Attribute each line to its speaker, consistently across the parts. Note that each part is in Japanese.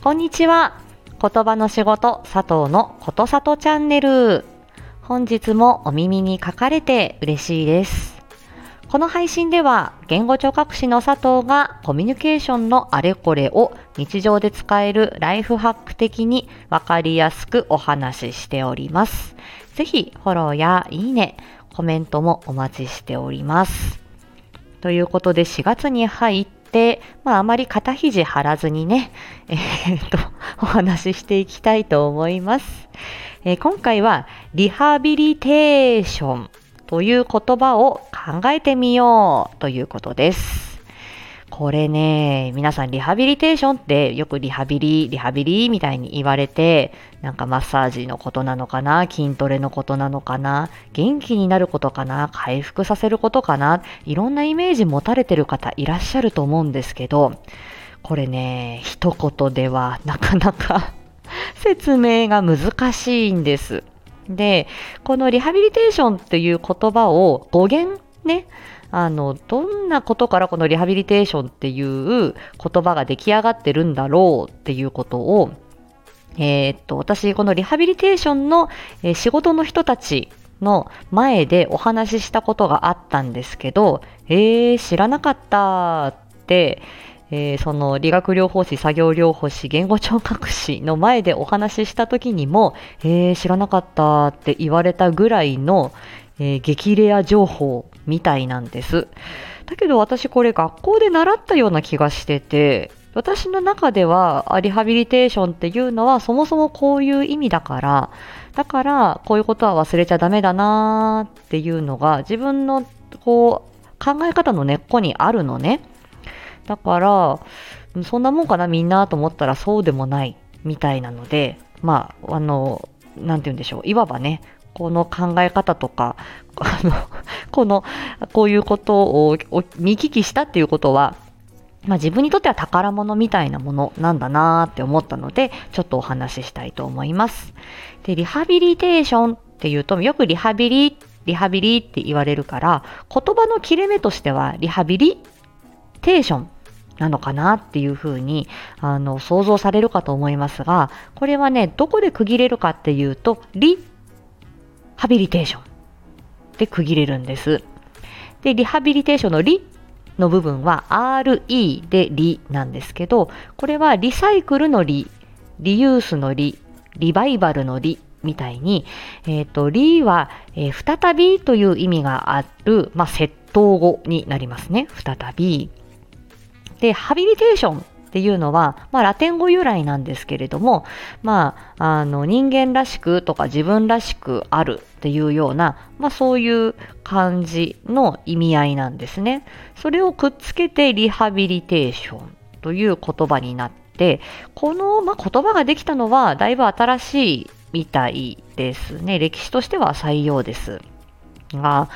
Speaker 1: こんにちは。言葉の仕事佐藤のことさとチャンネル。本日もお耳に書かれて嬉しいです。この配信では言語聴覚士の佐藤がコミュニケーションのあれこれを日常で使えるライフハック的にわかりやすくお話ししております。ぜひフォローやいいね、コメントもお待ちしております。ということで4月に入ってあまり肩肘張らずにね、お話ししていきたいと思います。今回はリハビリテーションという言葉を考えてみようということです。これね、皆さんリハビリテーションってよくリハビリみたいに言われて、なんかマッサージのことなのかな、筋トレのことなのかな、元気になることかな、回復させることかな、いろんなイメージ持たれてる方いらっしゃると思うんですけど、これね、一言ではなかなか説明が難しいんです。で、このリハビリテーションっていう言葉を語源ね、どんなことからこのリハビリテーションっていう言葉が出来上がってるんだろうっていうことを、私このリハビリテーションの、仕事の人たちの前でお話ししたことがあったんですけど、知らなかったって、その理学療法士、作業療法士、言語聴覚士の前でお話しした時にも、知らなかったって言われたぐらいの、激レア情報みたいなんです。だけど私これ学校で習ったような気がしてて、私の中ではリハビリテーションっていうのはそもそもこういう意味だからこういうことは忘れちゃダメだなーっていうのが自分の考え方の根っこにあるのね。だからそんなもんかなみんなと思ったらそうでもないみたいなので、なんて言うんでしょう、いわばね、この考え方とかこういうことを見聞きしたっていうことは、自分にとっては宝物みたいなものなんだなーって思ったので、ちょっとお話ししたいと思います。で、リハビリテーションっていうと、よくリハビリって言われるから、言葉の切れ目としてはリハビリテーションなのかなっていうふうに想像されるかと思いますが、これはね、どこで区切れるかっていうと、リハビリテーションで区切れるんです。で、リハビリテーションのリの部分は RE でリなんですけど、これはリサイクルのリ、リユースのリ、リバイバルのリみたいに、リは、再びという意味がある、窃盗語になりますね。再び。で、ハビリテーションっていうのは、ラテン語由来なんですけれども、人間らしくとか自分らしくあるっていうような、そういう感じの意味合いなんですね。それをくっつけてリハビリテーションという言葉になって、この、言葉ができたのはだいぶ新しいみたいですね。歴史としては採用ですが、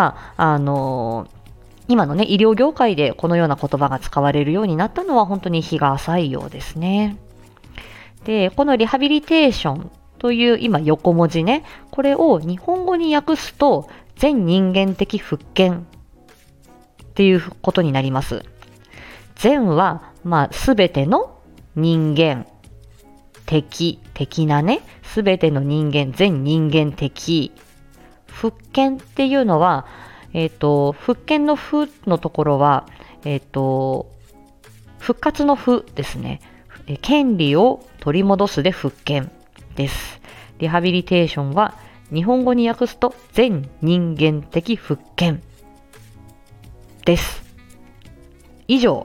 Speaker 1: 今のね、医療業界でこのような言葉が使われるようになったのは本当に日が浅いようですね。で、このリハビリテーションという今横文字ね、これを日本語に訳すと全人間的復健っていうことになります。全はすべての人間的なね、すべての人間、全人間的復健っていうのは復権の復のところは、復活の復ですね。権利を取り戻すで復権です。リハビリテーションは日本語に訳すと全人間的復権です。以上。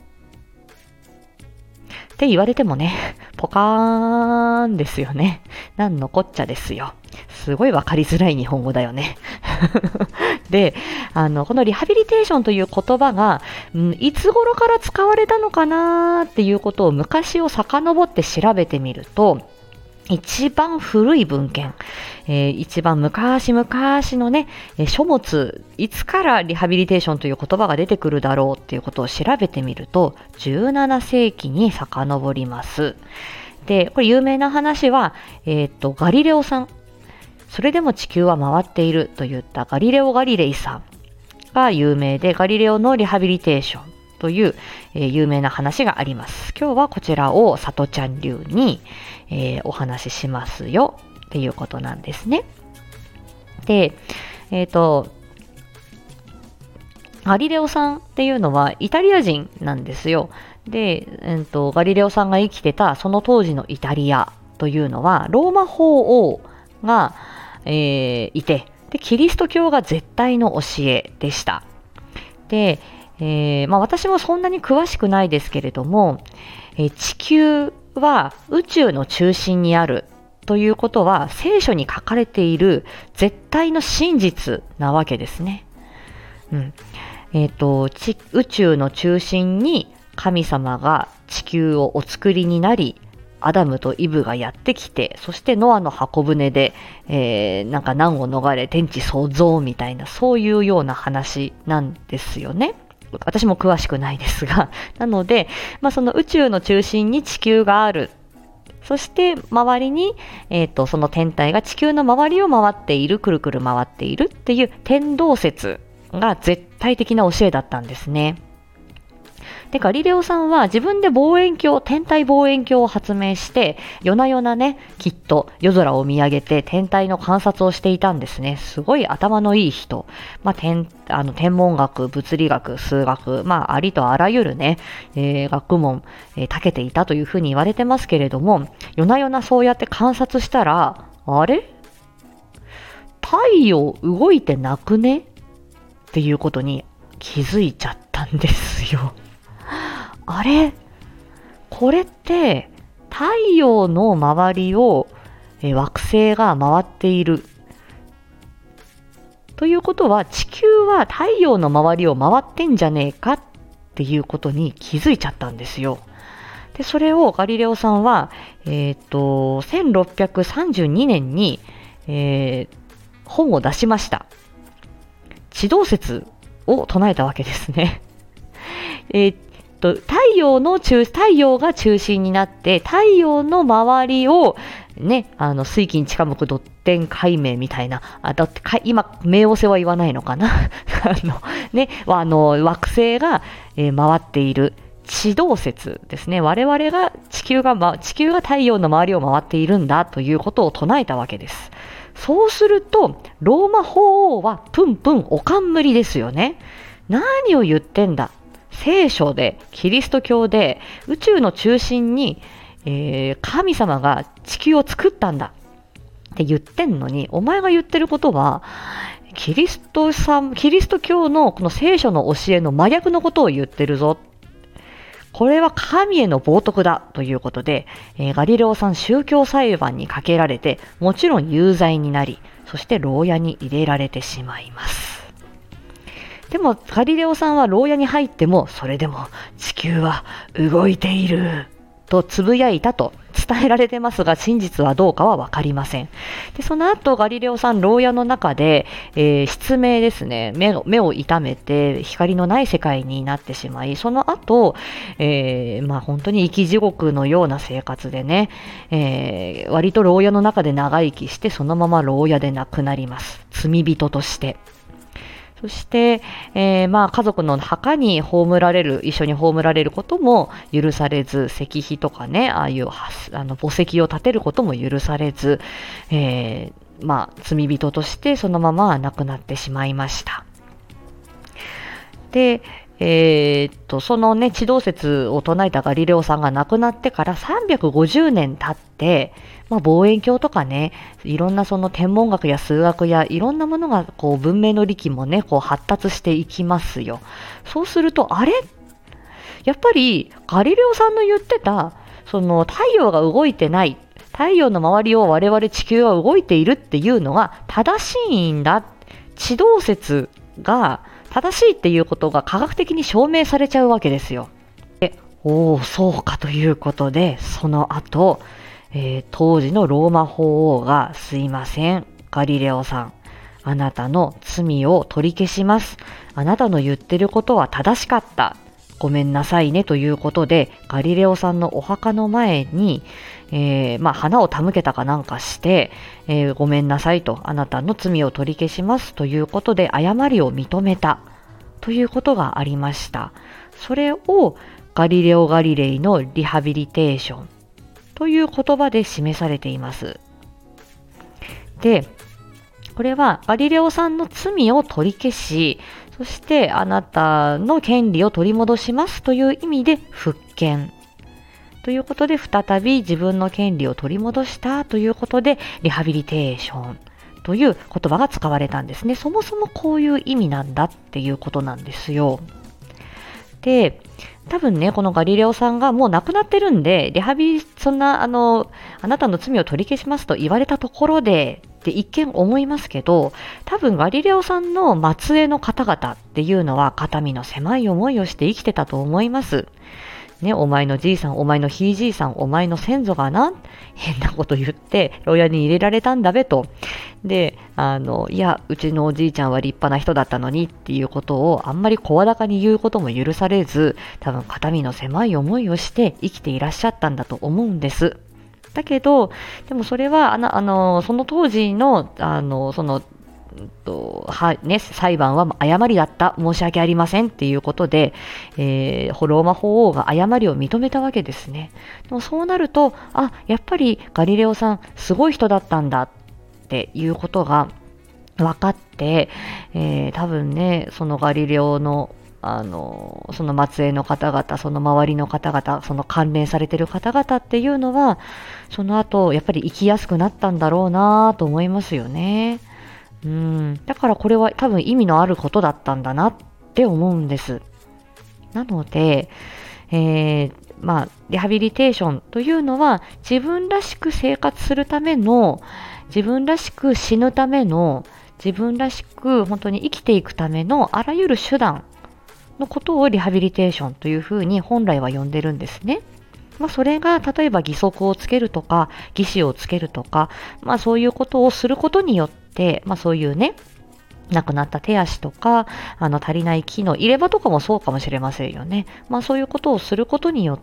Speaker 1: って言われてもね、ポカーンですよね。なんのこっちゃですよ。すごいわかりづらい日本語だよね。で、このリハビリテーションという言葉が、いつ頃から使われたのかなっていうことを昔を遡って調べてみると、一番古い文献、一番昔々のね、書物、いつからリハビリテーションという言葉が出てくるだろうっていうことを調べてみると、17世紀に遡ります。で、これ有名な話は、ガリレオさん、それでも地球は回っていると言ったガリレオ・ガリレイさんが有名で、ガリレオのリハビリテーションという、有名な話があります。今日はこちらをさとちゃん流に、お話ししますよっていうことなんですね。で、ガリレオさんっていうのはイタリア人なんですよ。で、ガリレオさんが生きてたその当時のイタリアというのはローマ法王が、いて、でキリスト教が絶対の教えでした。で、私もそんなに詳しくないですけれども、地球は宇宙の中心にあるということは聖書に書かれている絶対の真実なわけですね。宇宙の中心に神様が地球をお作りになり、アダムとイブがやってきて、そしてノアの箱舟で、難を逃れ天地創造みたいな、そういうような話なんですよね。私も詳しくないですが、なので、その宇宙の中心に地球がある。そして周りに、その天体が地球の周りを回っている、くるくる回っているっていう天動説が絶対的な教えだったんですね。で、ガリレオさんは自分で天体望遠鏡を発明して、夜な夜なね、きっと夜空を見上げて天体の観察をしていたんですね。すごい頭のいい人。天文学、物理学、数学、ありとあらゆるね、学問、長けていたというふうに言われてますけれども、夜な夜なそうやって観察したら、あれ？太陽動いてなくね？っていうことに気づいちゃったんですよ。あれ？これって太陽の周りを惑星が回っている。ということは地球は太陽の周りを回ってんじゃねえかっていうことに気づいちゃったんですよ。で、それをガリレオさんは、1632年に、本を出しました。地動説を唱えたわけですね。太陽が中心になって太陽の周りをね、水金地下木ドッテン解明みたいな、今冥王星は言わないのかな惑星が、回っている地動説ですね。我々が地球が太陽の周りを回っているんだということを唱えたわけです。そうするとローマ法王はプンプンおかんむりですよね。何を言ってんだ。聖書でキリスト教で宇宙の中心に、神様が地球を作ったんだって言ってんのに、お前が言ってることはキリスト教のこの聖書の教えの真逆のことを言ってるぞ。これは神への冒涜だということで、ガリレオさん宗教裁判にかけられて、もちろん有罪になり、そして牢屋に入れられてしまいます。でもガリレオさんは牢屋に入っても、それでも地球は動いているとつぶやいたと伝えられてますが、真実はどうかは分かりません。で、その後ガリレオさん牢屋の中で、失明ですね、目を痛めて光のない世界になってしまい、その後、本当に生き地獄のような生活でね、割と牢屋の中で長生きして、そのまま牢屋で亡くなります。罪人として。そして、家族の墓に一緒に葬られることも許されず、石碑とかね、ああいう墓石を建てることも許されず、罪人としてそのまま亡くなってしまいました。で、そのね、地動説を唱えたガリレオさんが亡くなってから350年経って、望遠鏡とかね、いろんなその天文学や数学やいろんなものが文明の利器もね、発達していきますよ。そうすると、やっぱりガリレオさんの言ってた、その太陽が動いてない、太陽の周りを我々地球は動いているっていうのが正しいんだ。地動説が正しいっていうことが科学的に証明されちゃうわけですよ。そうかということで、その後、当時のローマ法王が、すいません、ガリレオさん、あなたの罪を取り消します。あなたの言ってることは正しかった。ごめんなさいねということで、ガリレオさんのお墓の前に、花を手向けたかなんかして、ごめんなさいと、あなたの罪を取り消しますということで、誤りを認めたということがありました。 それをガリレオ・ガリレイのリハビリテーションという言葉で示されています。で、これはガリレオさんの罪を取り消し、そしてあなたの権利を取り戻しますという意味で復権ということで、再び自分の権利を取り戻したということでリハビリテーションという言葉が使われたんですね。そもそもこういう意味なんだっていうことなんですよ。で、多分ね、このガリレオさんがもう亡くなってるんで、リハビリ、そんなあなたの罪を取り消しますと言われたところでって一見思いますけど、多分ガリレオさんの末裔の方々っていうのは肩身の狭い思いをして生きてたと思います。ね、お前のじいさん、お前のひいじいさん、お前の先祖が変なこと言って、牢屋に入れられたんだべと。で、いや、うちのおじいちゃんは立派な人だったのにっていうことをあんまり声高に言うことも許されず、多分肩身の狭い思いをして生きていらっしゃったんだと思うんです。だけど、でもそれは、その当時の、裁判は誤りだった、申し訳ありませんっていうことで、ローマ法王が誤りを認めたわけですね。でもそうなると、やっぱりガリレオさんすごい人だったんだっていうことが分かって、多分ね、そのガリレオのその末裔の方々、その周りの方々、その関連されている方々っていうのは、その後やっぱり生きやすくなったんだろうなと思いますよね。だからこれは多分意味のあることだったんだなって思うんです。なので、リハビリテーションというのは自分らしく生活するための、自分らしく死ぬための、自分らしく本当に生きていくためのあらゆる手段のことをリハビリテーションというふうに本来は呼んでるんですね。それが例えば義足をつけるとか義肢をつけるとか、そういうことをすることによって、そういうね、亡くなった手足とか足りない機能、入れ歯とかもそうかもしれませんよね。そういうことをすることによって、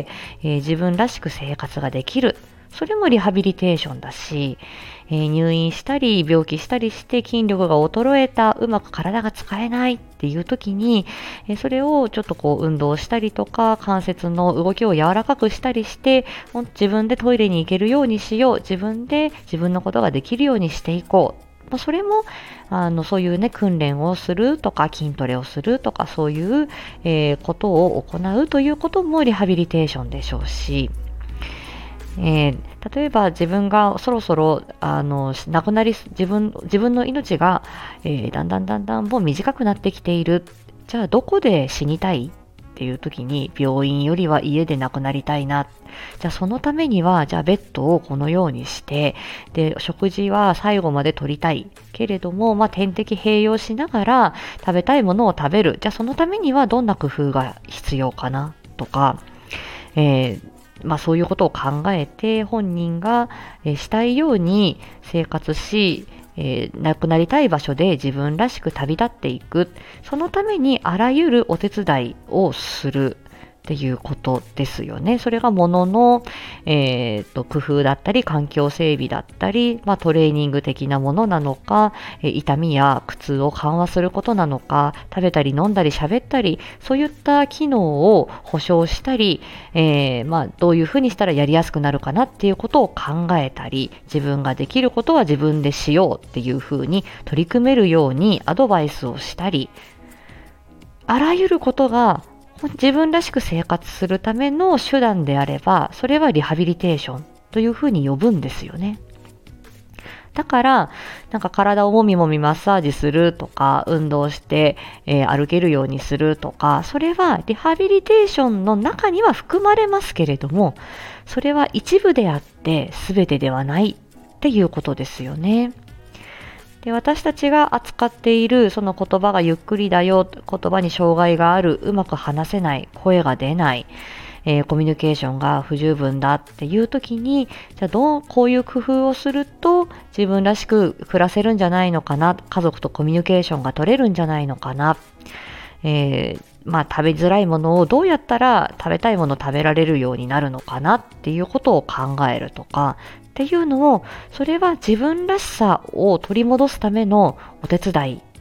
Speaker 1: 自分らしく生活ができる。それもリハビリテーションだし、入院したり病気したりして筋力が衰えた、うまく体が使えないっていう時に、それをちょっと運動したりとか、関節の動きを柔らかくしたりして、自分でトイレに行けるようにしよう、自分で自分のことができるようにしていこう。それもそういうね、訓練をするとか筋トレをするとか、そういう、ことを行うということもリハビリテーションでしょうし、例えば自分がそろそろ亡くなり、自分の命が、だんだんもう短くなってきている。じゃあどこで死にたいっていう時に、病院よりは家で亡くなりたいな。じゃあそのためには、じゃあベッドをこのようにして、で食事は最後まで取りたいけれども、点滴併用しながら食べたいものを食べる。じゃあそのためにはどんな工夫が必要かなとか、そういうことを考えて本人がしたいように生活し、亡くなりたい場所で自分らしく旅立っていく。そのためにあらゆるお手伝いをするっていうことですよね。それが物の、工夫だったり環境整備だったり、トレーニング的なものなのか、痛みや苦痛を緩和することなのか、食べたり飲んだり喋ったり、そういった機能を保障したり、どういうふうにしたらやりやすくなるかなっていうことを考えたり、自分ができることは自分でしようっていうふうに取り組めるようにアドバイスをしたり、あらゆることが自分らしく生活するための手段であれば、それはリハビリテーションというふうに呼ぶんですよね。だから、体をもみもみマッサージするとか、運動して、歩けるようにするとか、それはリハビリテーションの中には含まれますけれども、それは一部であって全てではないっていうことですよね。で、私たちが扱っているその言葉がゆっくりだよ、言葉に障害がある、うまく話せない、声が出ない、コミュニケーションが不十分だっていう時に、じゃあこういう工夫をすると自分らしく暮らせるんじゃないのかな、家族とコミュニケーションが取れるんじゃないのかな、食べづらいものをどうやったら食べたいものを食べられるようになるのかなっていうことを考えるとかっていうのを、それは自分らしさを取り戻すためのお手伝い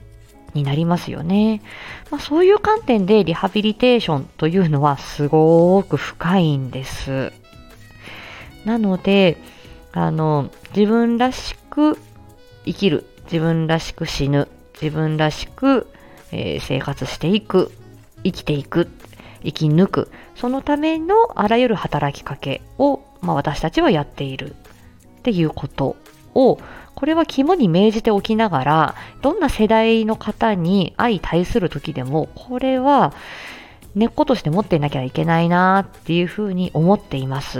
Speaker 1: になりますよね。そういう観点でリハビリテーションというのはすごく深いんです。なので、自分らしく生きる、自分らしく死ぬ、自分らしく、生活していく、生きていく、生き抜く、そのためのあらゆる働きかけを、私たちはやっているっていうことを、これは肝に銘じておきながら、どんな世代の方に相対する時でも、これは根っことして持っていなきゃいけないなっていうふうに思っています。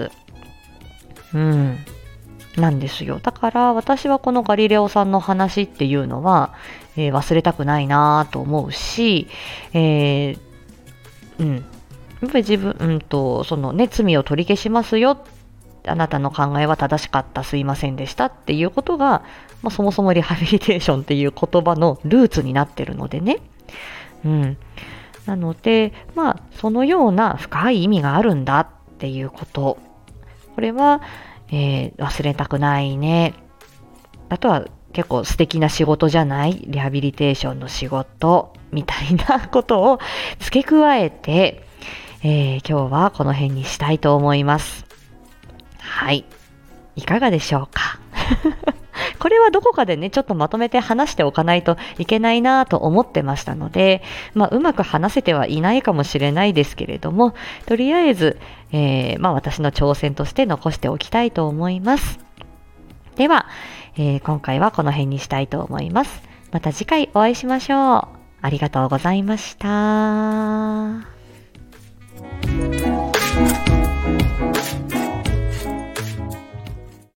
Speaker 1: なんですよ。だから私はこのガリレオさんの話っていうのは、忘れたくないなと思うし、やっぱり自分、そのね、罪を取り消しますよ。あなたの考えは正しかった、すいませんでしたっていうことが、そもそもリハビリテーションっていう言葉のルーツになってるのでね。なので、そのような深い意味があるんだっていうこと。これは、忘れたくないね。あとは結構素敵な仕事じゃない？リハビリテーションの仕事みたいなことを付け加えて、今日はこの辺にしたいと思います。はい。いかがでしょうか？これはどこかでね、ちょっとまとめて話しておかないといけないなと思ってましたので、うまく話せてはいないかもしれないですけれども、とりあえず、私の挑戦として残しておきたいと思います。では、今回はこの辺にしたいと思います。また次回お会いしましょう。ありがとうございました。